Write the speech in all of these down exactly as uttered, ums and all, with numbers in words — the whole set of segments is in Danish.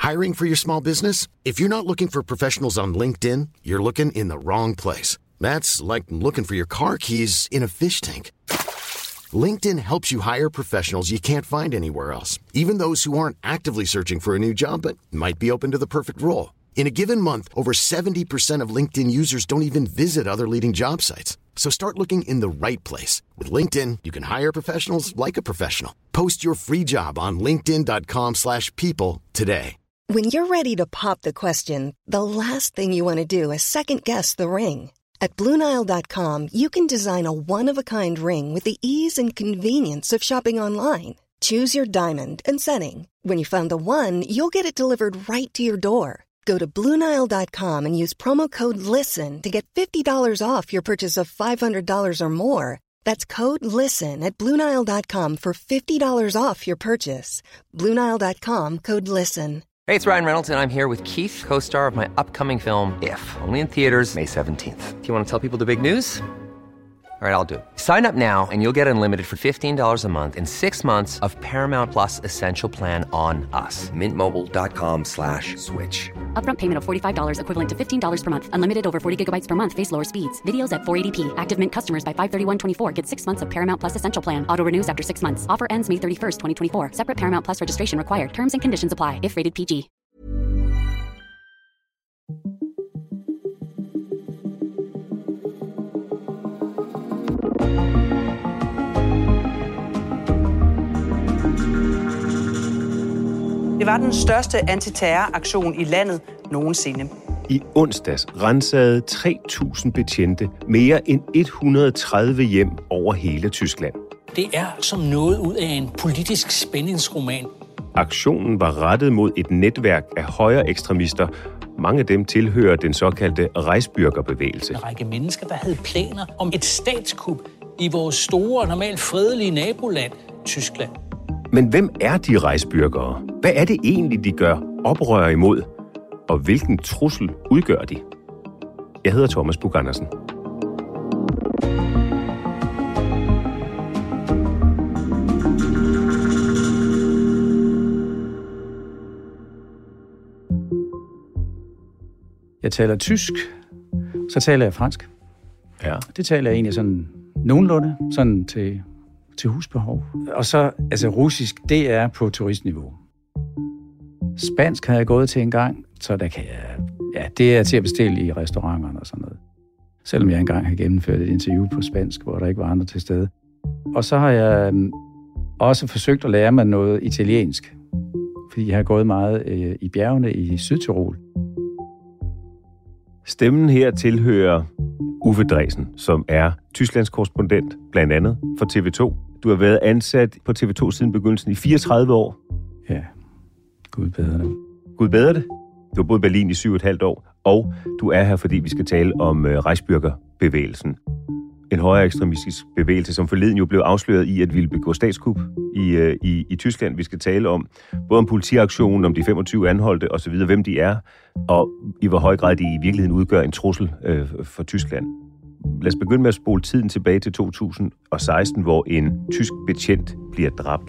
Hiring for your small business? If you're not looking for professionals on LinkedIn, you're looking in the wrong place. That's like looking for your car keys in a fish tank. LinkedIn helps you hire professionals you can't find anywhere else, even those who aren't actively searching for a new job but might be open to the perfect role. In a given month, over seventy percent of LinkedIn users don't even visit other leading job sites. So start looking in the right place. With LinkedIn, you can hire professionals like a professional. Post your free job on linkedin dot com slash people today. When you're ready to pop the question, the last thing you want to do is second-guess the ring. At Blue Nile dot com, you can design a one-of-a-kind ring with the ease and convenience of shopping online. Choose your diamond and setting. When you find the one, you'll get it delivered right to your door. Go to Blue Nile dot com and use promo code LISTEN to get fifty dollars off your purchase of five hundred dollars or more. That's code LISTEN at Blue Nile dot com for fifty dollars off your purchase. Blue Nile dot com, code LISTEN. Hey, it's Ryan Reynolds, and I'm here with Keith, co-star of my upcoming film, If, only in theaters May seventeenth. Do you want to tell people the big news? All right, I'll do it. Sign up now and you'll get unlimited for fifteen dollars a month and six months of Paramount Plus Essential Plan on us. Mint Mobile dot com slash switch. Upfront payment of forty-five dollars equivalent to fifteen dollars per month. Unlimited over forty gigabytes per month. Face lower speeds. Videos at four eighty p. Active Mint customers by five thirty-one twenty-four get six months of Paramount Plus Essential Plan. Auto renews after six months. Offer ends May thirty-first, twenty twenty-four. Separate Paramount Plus registration required. Terms and conditions apply if rated P G. Det var den største antiterroraktion i landet nogensinde. I onsdags rensede tre tusind betjente mere end et hundrede og tredive hjem over hele Tyskland. Det er som noget ud af en politisk spændingsroman. Aktionen var rettet mod et netværk af højre ekstremister. Mange af dem tilhører den såkaldte Reichsbürgerbevægelse. En række mennesker, der havde planer om et statskup i vores store, normalt fredelige naboland, Tyskland. Men hvem er de Reichsbürgere? Hvad er det egentlig, de gør oprør imod? Og hvilken trussel udgør de? Jeg hedder Thomas Buch-Andersen. Jeg taler tysk, så taler jeg fransk. Ja. Det taler jeg egentlig sådan nogenlunde, sådan til, til husbehov. Og så, altså russisk, det er på turistniveau. Spansk har jeg gået til en gang, så der kan jeg, ja, det er til at bestille i restauranterne og sådan noget. Selvom jeg engang har gennemført et interview på spansk, hvor der ikke var andre til stede. Og så har jeg også forsøgt at lære mig noget italiensk, fordi jeg har gået meget øh, i bjergene i Sydtyrol. Stemmen her tilhører Uffe Dresen, som er Tysklands korrespondent, blandt andet for T V to. Du har været ansat på T V to siden begyndelsen i fireogtredive år. Ja, Gud bedre det. Gud bedre det. Du har boet i Berlin i syv og et halvt år, og du er her, fordi vi skal tale om uh, Reichsbürgerbevægelsen. En højere ekstremistisk bevægelse, som forleden jo blev afsløret i at ville begå statskup i, uh, i, i Tyskland. Vi skal tale om både om politiaktionen, om de femogtyve anholdte osv., hvem de er, og i hvor høj grad de i virkeligheden udgør en trussel uh, for Tyskland. Lad os begynde med at spole tiden tilbage til to tusind og seksten, hvor en tysk betjent bliver dræbt.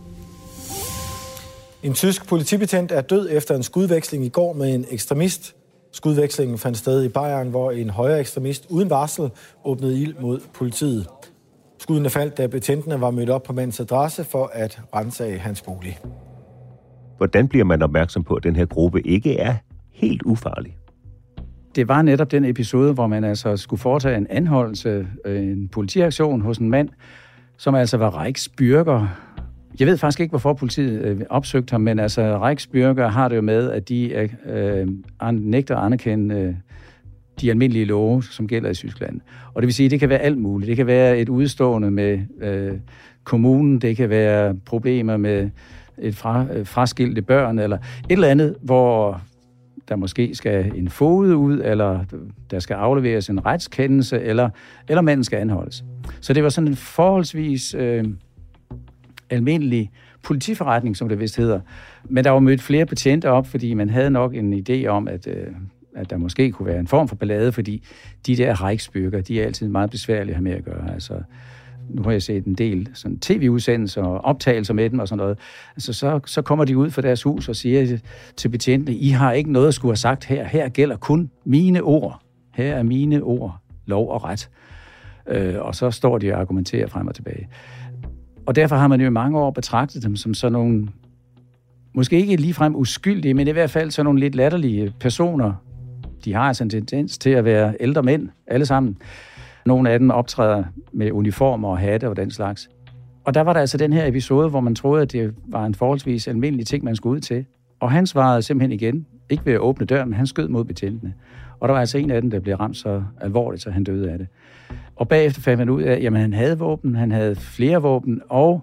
En tysk politibetjent er død efter en skudveksling i går med en ekstremist. Skudvekslingen fandt sted i Bayern, hvor en højre ekstremist uden varsel åbnede ild mod politiet. Skuddene faldt, da betjentene var mødt op på mandens adresse for at ransage hans bolig. Hvordan bliver man opmærksom på, at den her gruppe ikke er helt ufarlig? Det var netop den episode, hvor man altså skulle foretage en anholdelse, en politiaktion hos en mand, som altså var Reichsbürger. Jeg ved faktisk ikke, hvorfor politiet øh, opsøgte ham, men altså Reichsbürger har det jo med, at de øh, nægter at anerkende øh, de almindelige love, som gælder i Tyskland. Og det vil sige, at det kan være alt muligt. Det kan være et udstående med øh, kommunen, det kan være problemer med et fra, øh, fraskilte børn, eller et eller andet, hvor der måske skal en foged ud, eller der skal afleveres en retskendelse, eller, eller manden skal anholdes. Så det var sådan en forholdsvis øh, almindelig politiforretning, som det vist hedder. Men der var mødt flere betjente op, fordi man havde nok en idé om, at, øh, at der måske kunne være en form for ballade, fordi de der Reichsbürger, de er altid meget besværlige at have med at gøre. Altså, nu har jeg set en del sådan tv-udsendelser og optagelser med dem og sådan noget, altså så, så kommer de ud fra deres hus og siger til betjentene, I har ikke noget at skulle have sagt her. Her gælder kun mine ord. Her er mine ord, lov og ret. Øh, og så står de og argumenterer frem og tilbage. Og derfor har man jo i mange år betragtet dem som sådan nogle, måske ikke ligefrem uskyldige, men i hvert fald sådan nogle lidt latterlige personer. De har altså en tendens til at være ældre mænd, alle sammen. Nogle af dem optræder med uniformer og hatte og den slags. Og der var der altså den her episode, hvor man troede, at det var en forholdsvis almindelig ting, man skulle ud til. Og han svarede simpelthen igen, ikke ved at åbne døren, men han skød mod betjentene. Og der var altså en af dem, der blev ramt så alvorligt, så han døde af det. Og bagefter fandt man ud af, at han havde våben, han havde flere våben, og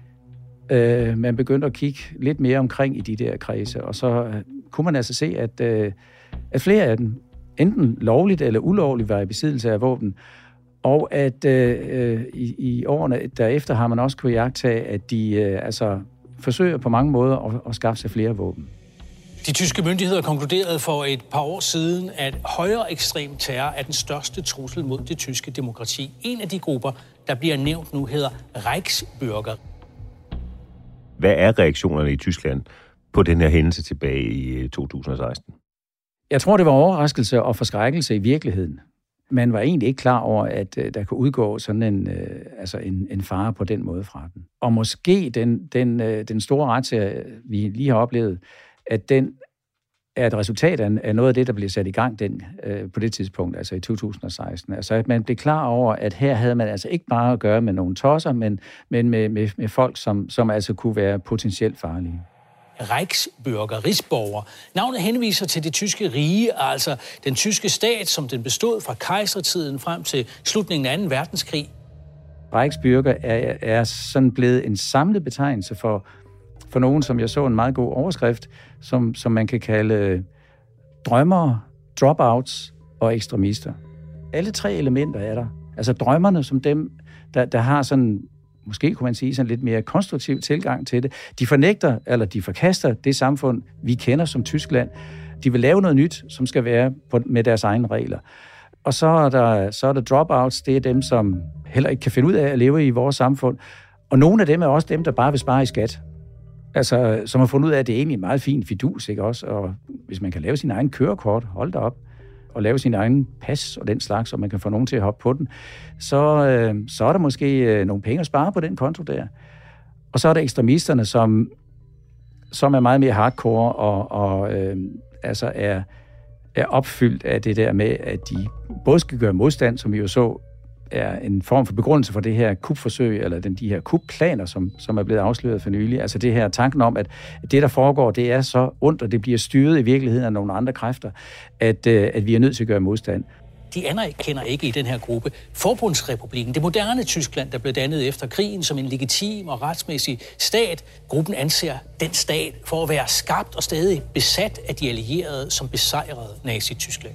øh, man begyndte at kigge lidt mere omkring i de der kredse. Og så øh, kunne man altså se, at, øh, at flere af dem, enten lovligt eller ulovligt, var i besiddelse af våben. Og at øh, i, i årene derefter har man også kunnet iagttage, at de øh, altså, forsøger på mange måder at, at skaffe sig flere våben. De tyske myndigheder konkluderede for et par år siden, at højere ekstrem terror er den største trussel mod det tyske demokrati. En af de grupper, der bliver nævnt nu, hedder Reichsbürger. Hvad er reaktionerne i Tyskland på den her hændelse tilbage i to tusind og seksten? Jeg tror, det var overraskelse og forskrækkelse i virkeligheden. Man var egentlig ikke klar over, at uh, der kunne udgå sådan en, uh, altså en, en fare på den måde fra den. Og måske den, den, uh, den store retssag, vi lige har oplevet, at den er et resultat af noget af det, der blev sat i gang den, uh, på det tidspunkt, altså i to tusind og seksten. Altså at man blev klar over, at her havde man altså ikke bare at gøre med nogle tosser, men, men med, med, med folk, som, som altså kunne være potentielt farlige. Reichsbürger, rigsborger. Navnet henviser til det tyske rige, altså den tyske stat, som den bestod fra kejsertiden frem til slutningen af anden verdenskrig. Reichsbürger er, er sådan blevet en samlet betegnelse for, for nogen, som jeg så en meget god overskrift, som, som man kan kalde drømmere, dropouts og ekstremister. Alle tre elementer er der. Altså drømmerne som dem, der, der har sådan, måske kunne man sige, sådan lidt mere konstruktiv tilgang til det. De fornægter, eller de forkaster det samfund, vi kender som Tyskland. De vil lave noget nyt, som skal være på, med deres egne regler. Og så er, der, så er der dropouts, det er dem, som heller ikke kan finde ud af at leve i vores samfund. Og nogle af dem er også dem, der bare vil spare i skat. Altså, som har fundet ud af, at det er egentlig meget fint fidus, ikke også? Og hvis man kan lave sin egen kørekort, hold da op, og lave sin egen pas og den slags, så man kan få nogen til at hoppe på den, så, øh, så er der måske øh, nogle penge at spare på den konto der. Og så er der ekstremisterne, som, som er meget mere hardcore og, og øh, altså er, er opfyldt af det der med, at de både skal gøre modstand, som vi jo så er en form for begrundelse for det her kupforsøg, eller den, de her kupplaner, som, som er blevet afsløret for nylig. Altså det her tanken om, at det, der foregår, det er så ondt, og det bliver styret i virkeligheden af nogle andre kræfter, at, at vi er nødt til at gøre modstand. De anerkender ikke i den her gruppe Forbundsrepublikken, det moderne Tyskland, der blev dannet efter krigen som en legitim og retsmæssig stat. Gruppen anser den stat for at være skabt og stadig besat af de allierede, som besejrede Nazi-Tyskland.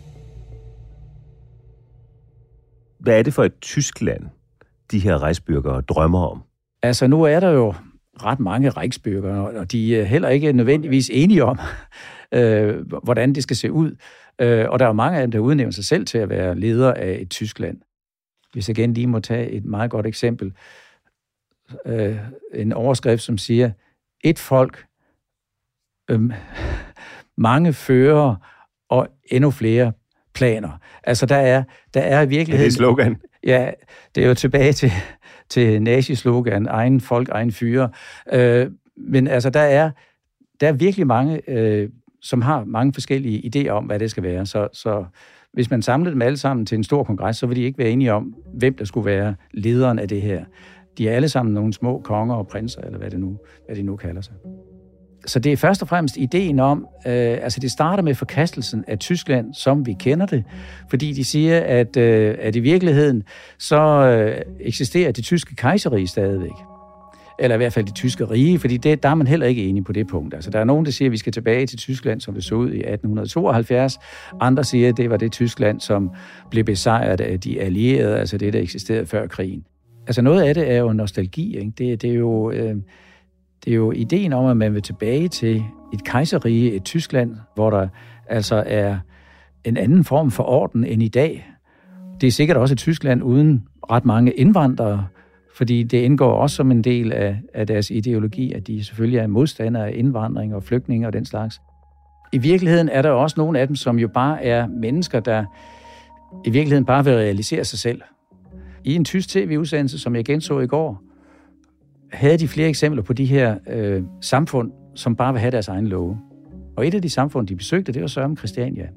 Hvad er det for et Tyskland, de her Reichsbürger drømmer om? Altså, nu er der jo ret mange Reichsbürger, og de er heller ikke nødvendigvis enige om, øh, hvordan det skal se ud. Øh, og der er jo mange af dem, der udnævner sig selv til at være leder af et Tyskland. Hvis jeg igen lige må tage et meget godt eksempel. Øh, en overskrift, som siger, et folk, øh, mange fører og endnu flere planer. Altså, der er, der er i virkeligheden... Er det slogan? Ja, det er jo tilbage til, til nazi-slogan, egen folk, egen fyre. Øh, men altså, der er, der er virkelig mange, øh, som har mange forskellige idéer om, hvad det skal være. Så, så hvis man samler dem alle sammen til en stor kongres, så vil de ikke være enige om, hvem der skulle være lederen af det her. De er alle sammen nogle små konger og prinser, eller hvad det nu, hvad de nu kalder sig. Så det er først og fremmest ideen om, øh, altså det starter med forkastelsen af Tyskland, som vi kender det, fordi de siger, at, øh, at i virkeligheden, så øh, eksisterer det tyske kejserrige stadigvæk. Eller i hvert fald det tyske rige, fordi det, der er man heller ikke enig på det punkt. Altså der er nogen, der siger, at vi skal tilbage til Tyskland, som det så ud i atten tooghalvfjerds. Andre siger, at det var det Tyskland, som blev besejret af de allierede, altså det, der eksisterede før krigen. Altså noget af det er jo nostalgi, ikke? Det, det er jo... Øh, Det er jo ideen om, at man vil tilbage til et kejserrige, et Tyskland, hvor der altså er en anden form for orden end i dag. Det er sikkert også et Tyskland uden ret mange indvandrere, Fordi det indgår også som en del af, af deres ideologi, at de selvfølgelig er modstandere af indvandring og flygtninge og den slags. I virkeligheden er der også nogle af dem, som jo bare er mennesker, der i virkeligheden bare vil realisere sig selv. I en tysk tv-udsendelse, som jeg genså i går, havde de flere eksempler på de her øh, samfund, som bare vil have deres egen love. Og et af de samfund, de besøgte, det var Sørm Christiania.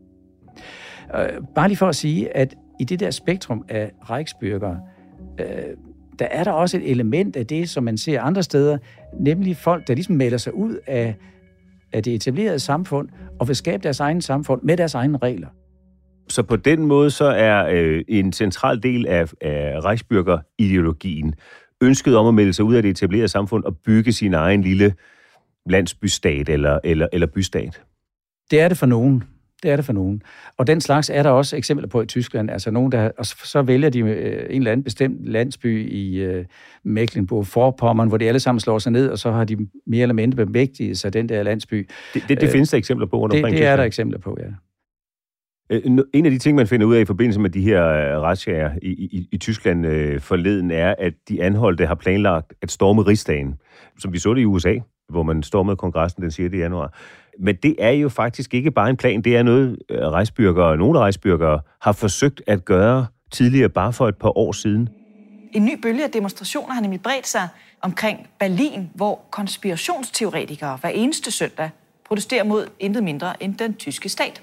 Øh, bare lige for at sige, at i det der spektrum af Reichsbürger, øh, der er der også et element af det, som man ser andre steder, nemlig folk, der ligesom melder sig ud af, af det etablerede samfund og vil skabe deres egen samfund med deres egne regler. Så på den måde så er øh, en central del af, af Reichsbürger-ideologien ønsket om at melde sig ud af det etablerede samfund og bygge sin egen lille landsbystat eller, eller, eller bystat. Det er det for nogen. Det er det for nogen. Og den slags er der også eksempler på i Tyskland. Altså nogen, der, og så vælger de øh, en eller anden bestemt landsby i øh, Mecklenburg-Vorpommern, hvor de alle sammen slår sig ned, og så har de mere eller mindre bemægtiget sig den der landsby. Det, det, det findes der eksempler på rundt omkring. Det, det er der eksempler på, ja. En af de ting, man finder ud af i forbindelse med de her retssager i, i, i Tyskland øh, forleden, er, at de anholdte har planlagt at storme Rigsdagen, som vi så det i U S A, hvor man stormede kongressen den sjette januar. Men det er jo faktisk ikke bare en plan, det er noget, Reichsbürger, nogle Reichsbürger har forsøgt at gøre tidligere, bare for et par år siden. En ny bølge af demonstrationer har nemlig bredt sig omkring Berlin, hvor konspirationsteoretikere hver eneste søndag protesterer mod intet mindre end den tyske stat.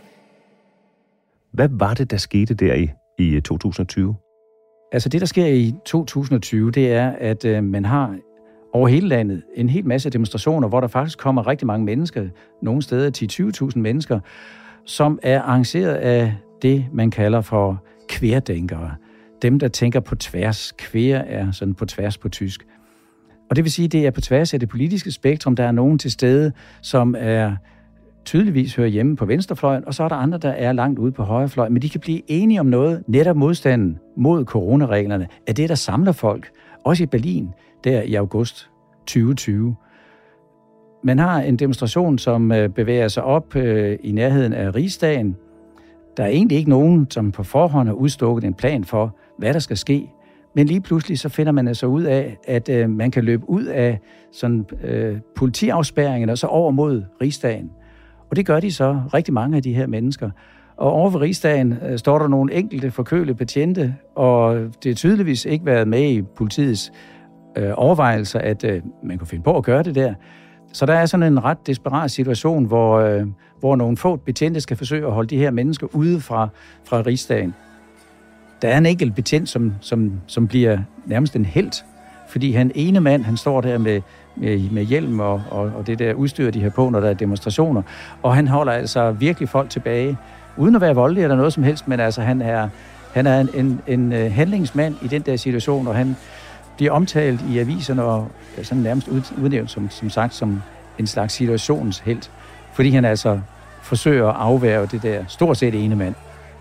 Hvad var det, der skete der i, i to tusind og tyve? Altså det, der sker i to tusind og tyve, det er, at øh, man har over hele landet en hel masse demonstrationer, hvor der faktisk kommer rigtig mange mennesker, nogle steder ti til tyve tusind mennesker, som er arrangeret af det, man kalder for querdenkere. Dem, der tænker på tværs. Quer er sådan på tværs på tysk. Og det vil sige, at det er på tværs af det politiske spektrum. Der er nogen til stede, som er tydeligvis hører hjemme på venstrefløjen, og så er der andre, der er langt ude på højrefløjen. Men de kan blive enige om noget, netop modstanden mod coronareglerne, er det, der samler folk. Også i Berlin, der i august tyve tyve. Man har en demonstration, som bevæger sig op i nærheden af Rigsdagen. Der er egentlig ikke nogen, som på forhånd har udstukket en plan for, hvad der skal ske. Men lige pludselig så finder man altså ud af, at man kan løbe ud af sådan, øh, politiafspærringerne og så over mod Rigsdagen. Og det gør de så, rigtig mange af de her mennesker. Og over ved Rigsdagen øh, står der nogle enkelte forkølede betjente, og det er tydeligvis ikke været med i politiets øh, overvejelser, at øh, man kunne finde på at gøre det der. Så der er sådan en ret desperat situation, hvor, øh, hvor nogle få betjente skal forsøge at holde de her mennesker ude fra, fra Rigsdagen. Der er en enkelt betjent, som, som, som bliver nærmest en helt, fordi han ene mand, han står der med, med, med hjelm og, og, og det der udstyr, de har på, når der er demonstrationer, og han holder altså virkelig folk tilbage, uden at være voldelig eller noget som helst, men altså han er, han er en, en, en handlingsmand i den der situation, og han bliver omtalt i aviserne og sådan nærmest udnævnt, som, som sagt, som en slags situationshelt, fordi han altså forsøger at afværge det der stort set ene mand.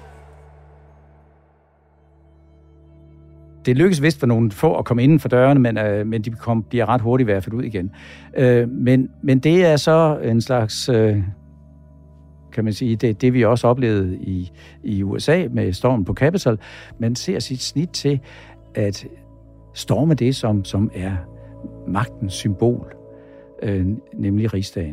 Det lykkes vist for nogle få at komme inden for dørene, men, øh, men de kom, bliver ret hurtigt i hvert fald ud igen. Øh, men, men det er så en slags, øh, kan man sige, det, det vi også oplevede i, i U S A med stormen på Capitol. Man ser sit snit til at storme det, som, som er magtens symbol, øh, nemlig Rigsdagen.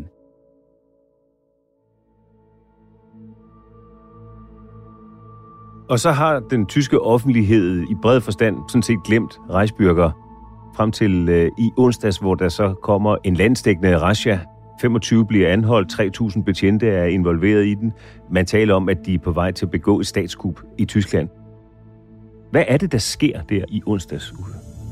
Og så har den tyske offentlighed i bred forstand sådan set glemt Reichsbürger frem til øh, i onsdags, hvor der så kommer en landsdækkende razzia. femogtyve bliver anholdt, tre tusind betjente er involveret i den. Man taler om, at de er på vej til at begå et statskup i Tyskland. Hvad er det, der sker der i onsdags uge?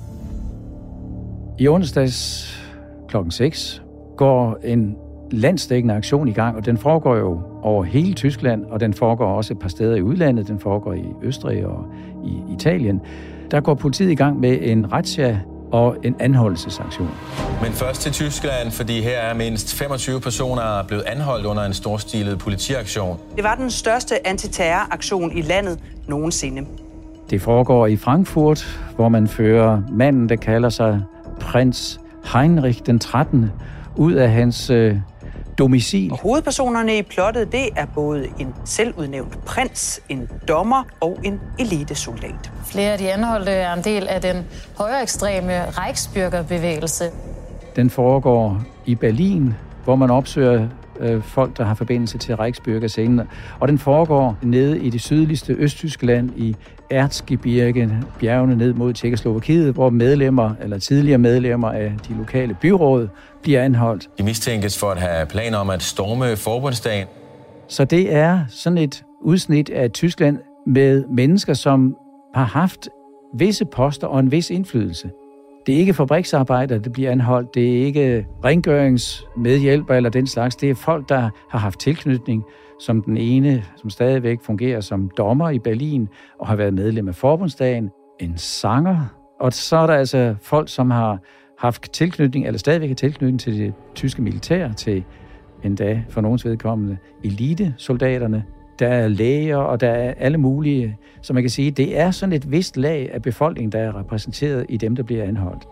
I onsdags klokken seks går en landsdækkende aktion i gang, og den foregår jo over hele Tyskland, og den foregår også et par steder i udlandet. Den foregår i Østrig og i Italien. Der går politiet i gang med en razzia og en anholdelsesaktion. Men først til Tyskland, fordi her er mindst femogtyve personer blevet anholdt under en storstilet politiaktion. Det var den største antiterroraktion i landet nogensinde. Det foregår i Frankfurt, hvor man fører manden, der kalder sig prins Heinrich den trettende, ud af hans øh, domicil. Og hovedpersonerne i plottet, det er både en selvudnævnt prins, en dommer og en elitesoldat. Flere af de anholdte er en del af den højere ekstreme Reichsbürgerbevægelse. Den foregår i Berlin, hvor man opsøger øh, folk, der har forbindelse til Reichsbürgerscenen. Og den foregår nede i det sydligste Østtyskland i Erzgebirge, bjergene ned mod Tjekkoslovakiet, hvor medlemmer eller tidligere medlemmer af de lokale byråd bliver anholdt. De mistænkes for at have planer om at storme forbundsdagen. Så det er sådan et udsnit af Tyskland med mennesker, som har haft visse poster og en vis indflydelse. Det er ikke fabriksarbejdere, der bliver anholdt. Det er ikke rengøringsmedhjælper eller den slags. Det er folk, der har haft tilknytning, som den ene, som stadigvæk fungerer som dommer i Berlin og har været medlem af forbundsdagen. En sanger. Og så er der altså folk, som har haft tilknytning, eller stadigvæk har tilknytning til det tyske militær, til endda for nogens vedkommende elitesoldaterne. Der er læger, og der er alle mulige, så man kan sige, det er sådan et vist lag af befolkningen, der er repræsenteret i dem, der bliver anholdt.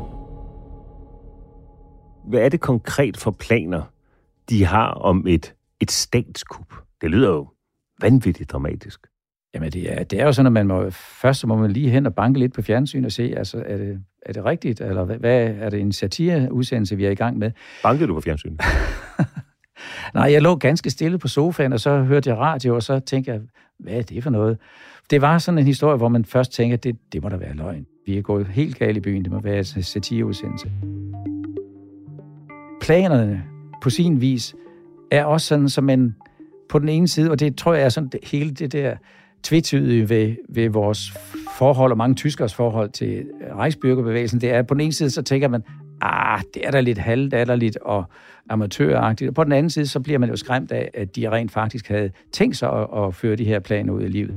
Hvad er det konkret for planer, de har om et, et statskup? Det lyder jo vanvittigt dramatisk. Jamen, det er, det er jo sådan, at man må, først så må man lige hen og banke lidt på fjernsyn og se, altså, er det, er det rigtigt, eller hvad, hvad er det en satirudsendelse, vi er i gang med? Bankede du på fjernsyn? Nej, jeg lå ganske stille på sofaen, og så hørte jeg radio, og så tænkte jeg, hvad er det for noget? Det var sådan en historie, hvor man først tænker, det, det må da være løgn. Vi er gået helt galt i byen, det må være en satirudsendelse. Planerne på sin vis er også sådan, som man på den ene side, og det tror jeg er sådan det, hele det der tvetydige ved, ved vores forhold, og mange tyskers forhold til Reichsbürgerbevægelsen, det er, på den ene side, så tænker man, ah, det er da lidt halvdatterligt og amatøragtigt. Og på den anden side, så bliver man jo skræmt af, at de rent faktisk havde tænkt sig at, at føre de her planer ud i livet.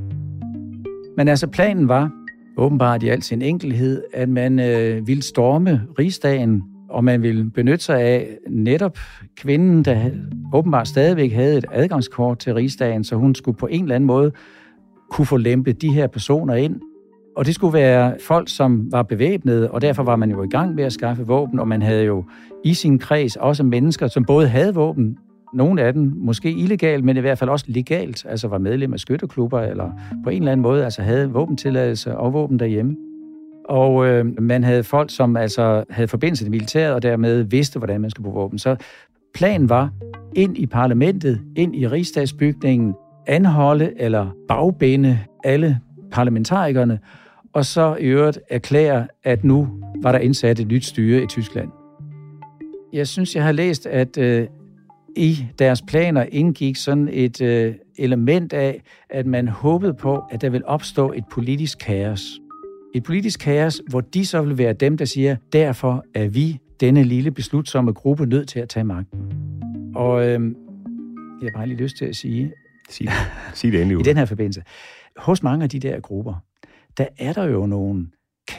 Men altså, planen var åbenbart i al sin enkelhed, at man øh, ville storme Rigsdagen, og man ville benytte sig af netop kvinden, der åbenbart stadigvæk havde et adgangskort til Rigsdagen, så hun skulle på en eller anden måde kunne få lempet de her personer ind. Og det skulle være folk, som var bevæbnede, og derfor var man jo i gang med at skaffe våben, og man havde jo i sin kreds også mennesker, som både havde våben, nogle af dem måske illegalt, men i hvert fald også legalt, altså var medlem af skytteklubber, eller på en eller anden måde altså havde våbentilladelse og våben derhjemme. Og øh, man havde folk, som altså havde forbindelse til militæret, og dermed vidste, hvordan man skulle bruge våben. Så planen var ind i parlamentet, ind i rigsdagsbygningen, anholde eller bagbinde alle parlamentarikerne, og så i øvrigt erklære, at nu var der indsat et nyt styre i Tyskland. Jeg synes, jeg har læst, at øh, i deres planer indgik sådan et øh, element af, at man håbede på, at der ville opstå et politisk kaos. Et politisk kaos, hvor de så vil være dem, der siger, derfor er vi, denne lille beslutsomme gruppe, nødt til at tage magten. Og øh, jeg har bare lige lyst til at sige, Sig, sig det endelig. I den her forbindelse. Hos mange af de der grupper, der er der jo nogle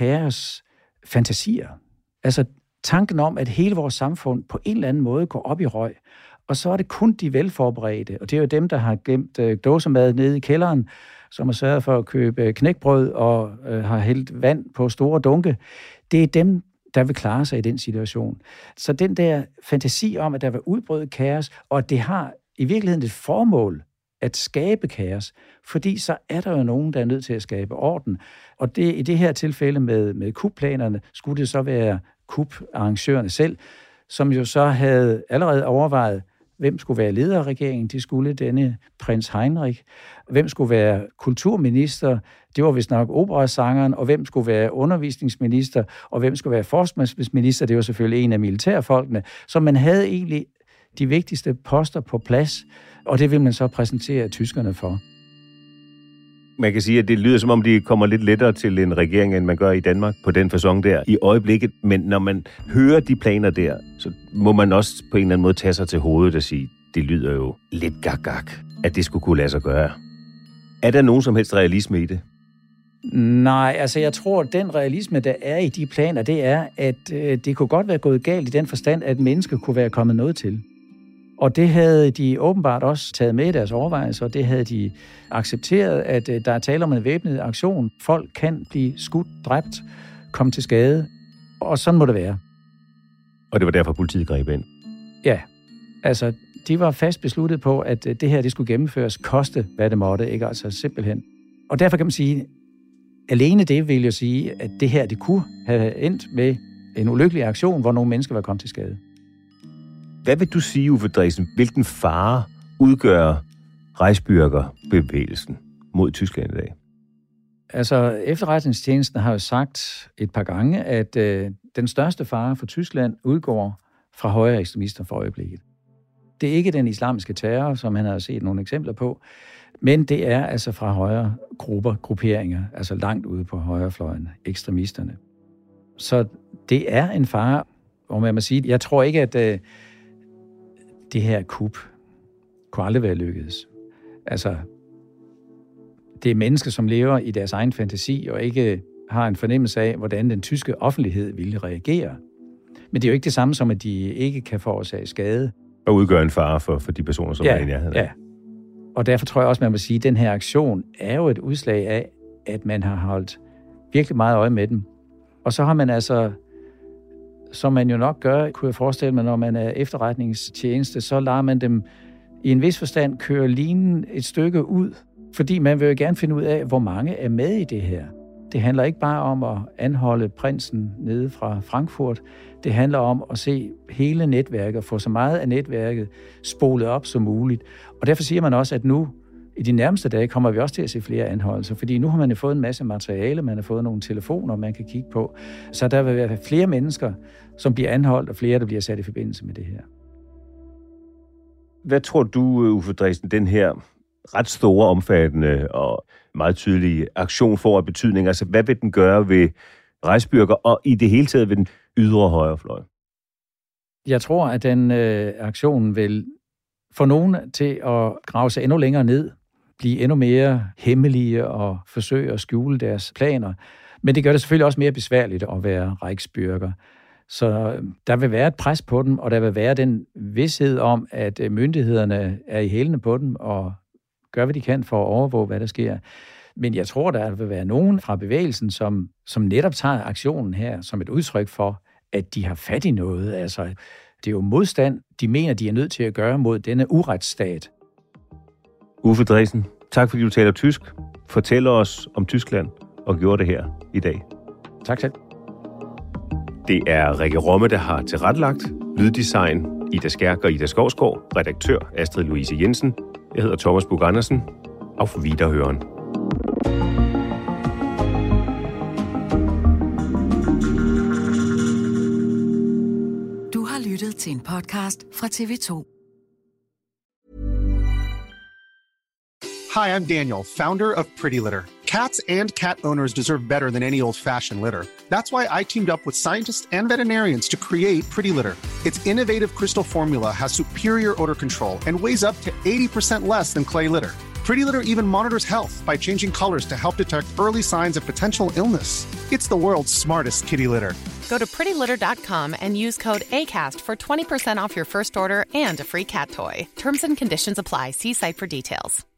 kaos-fantasier. Altså tanken om, at hele vores samfund på en eller anden måde går op i røg, og så er det kun de velforberedte, og det er jo dem, der har gemt øh, dåsemad nede i kælderen, som har sørget for at købe knækbrød og øh, har hældt vand på store dunke. Det er dem, der vil klare sig i den situation. Så den der fantasi om, at der vil udbryde kaos, og at det har i virkeligheden et formål, at skabe kaos, fordi så er der jo nogen, der er nødt til at skabe orden. Og det, i det her tilfælde med, med kupplanerne, skulle det så være kuparrangørerne selv, som jo så havde allerede overvejet, hvem skulle være leder af regeringen. De skulle denne prins Heinrich. Hvem skulle være kulturminister? Det var vist nok operasangeren. Og hvem skulle være undervisningsminister? Og hvem skulle være forskningsminister? Det var selvfølgelig en af militærfolkene. Så man havde egentlig de vigtigste poster på plads, og det vil man så præsentere tyskerne for. Man kan sige, at det lyder som om, de kommer lidt lettere til en regering, end man gør i Danmark på den facon der i øjeblikket. Men når man hører de planer der, så må man også på en eller anden måde tage sig til hovedet og sige, det lyder jo lidt gak-gak, at det skulle kunne lade sig gøre. Er der nogen som helst realisme i det? Nej, altså jeg tror, at den realisme, der er i de planer, det er, at øh, det kunne godt være gået galt i den forstand, at mennesker kunne være kommet noget til. Og det havde de åbenbart også taget med i deres overvejelser, og det havde de accepteret, at der er tale om en væbnet aktion. Folk kan blive skudt, dræbt, komme til skade, og sådan må det være. Og det var derfor, politiet greb ind? Ja, Altså, de var fast besluttet på, at det her det skulle gennemføres, koste hvad det måtte, ikke? Altså simpelthen. Og derfor kan man sige, alene det vil jo sige, at det her det kunne have endt med en ulykkelig aktion, hvor nogle mennesker var kommet til skade. Hvad vil du sige, Uffe Dresen? Hvilken fare udgør Reichsbürgerbevægelsen mod Tyskland i dag? Altså, efterretningstjenesten har jo sagt et par gange, at øh, den største fare for Tyskland udgår fra højre ekstremister for øjeblikket. Det er ikke den islamiske terror, som han har set nogle eksempler på, men det er altså fra højre grupper, grupperinger, altså langt ude på højrefløjen, ekstremisterne. Så det er en fare, hvor man må sige, jeg tror ikke, at øh, det her kup kunne aldrig være lykkedes. Altså, det er mennesker, som lever i deres egen fantasi og ikke har en fornemmelse af, hvordan den tyske offentlighed ville reagere. Men det er jo ikke det samme som, at de ikke kan forårsage skade. Og udgøre en fare for, for de personer, som ja, er i nærheden. Ja, og derfor tror jeg også, man må sige, at den her aktion er jo et udslag af, at man har holdt virkelig meget øje med dem. Og så har man altså, som man jo nok gør, kunne jeg forestille mig, når man er efterretningstjeneste, så lader man dem i en vis forstand køre linen et stykke ud, fordi man vil jo gerne finde ud af, hvor mange er med i det her. Det handler ikke bare om at anholde prinsen nede fra Frankfurt. Det handler om at se hele netværket og få så meget af netværket spolet op som muligt. Og derfor siger man også, at nu i de nærmeste dage kommer vi også til at se flere anholdelser, fordi nu har man jo fået en masse materiale, man har fået nogle telefoner, man kan kigge på. Så der vil være flere mennesker, som bliver anholdt, og flere, der bliver sat i forbindelse med det her. Hvad tror du, Uffe Dresen, den her ret store, omfattende og meget tydelige aktion får af betydning? Altså, hvad vil den gøre ved Reichsbürger og i det hele taget ved den ydre højrefløj? Jeg tror, at den øh, aktion vil få nogen til at grave sig endnu længere ned, blive endnu mere hemmelige og forsøge at skjule deres planer. Men det gør det selvfølgelig også mere besværligt at være Reichsbürger. Så der vil være et pres på dem, og der vil være den vished om, at myndighederne er i hælene på dem og gør, hvad de kan for at overvåge, hvad der sker. Men jeg tror, der vil være nogen fra bevægelsen, som, som netop tager aktionen her som et udtryk for, at de har fat i noget. Altså, det er jo modstand, de mener, de er nødt til at gøre mod denne uretsstat. Uffe Dresen, tak fordi du taler tysk. Fortæller os om Tyskland og gjorde det her i dag. Tak selv. Det er Rikke Romme, der har tilrettelagt. Lyddesign Ida Skærk og Ida Skovsgaard. Redaktør Astrid Louise Jensen. Jeg hedder Thomas Bug Andersen. Auf Wiederhören. Du har lyttet til en podcast fra T V to. Hi, I'm Daniel, founder of Pretty Litter. Cats and cat owners deserve better than any old-fashioned litter. That's why I teamed up with scientists and veterinarians to create Pretty Litter. Its innovative crystal formula has superior odor control and weighs up to eighty percent less than clay litter. Pretty Litter even monitors health by changing colors to help detect early signs of potential illness. It's the world's smartest kitty litter. Go to pretty litter dot com and use code ACAST for twenty percent off your first order and a free cat toy. Terms and conditions apply. See site for details.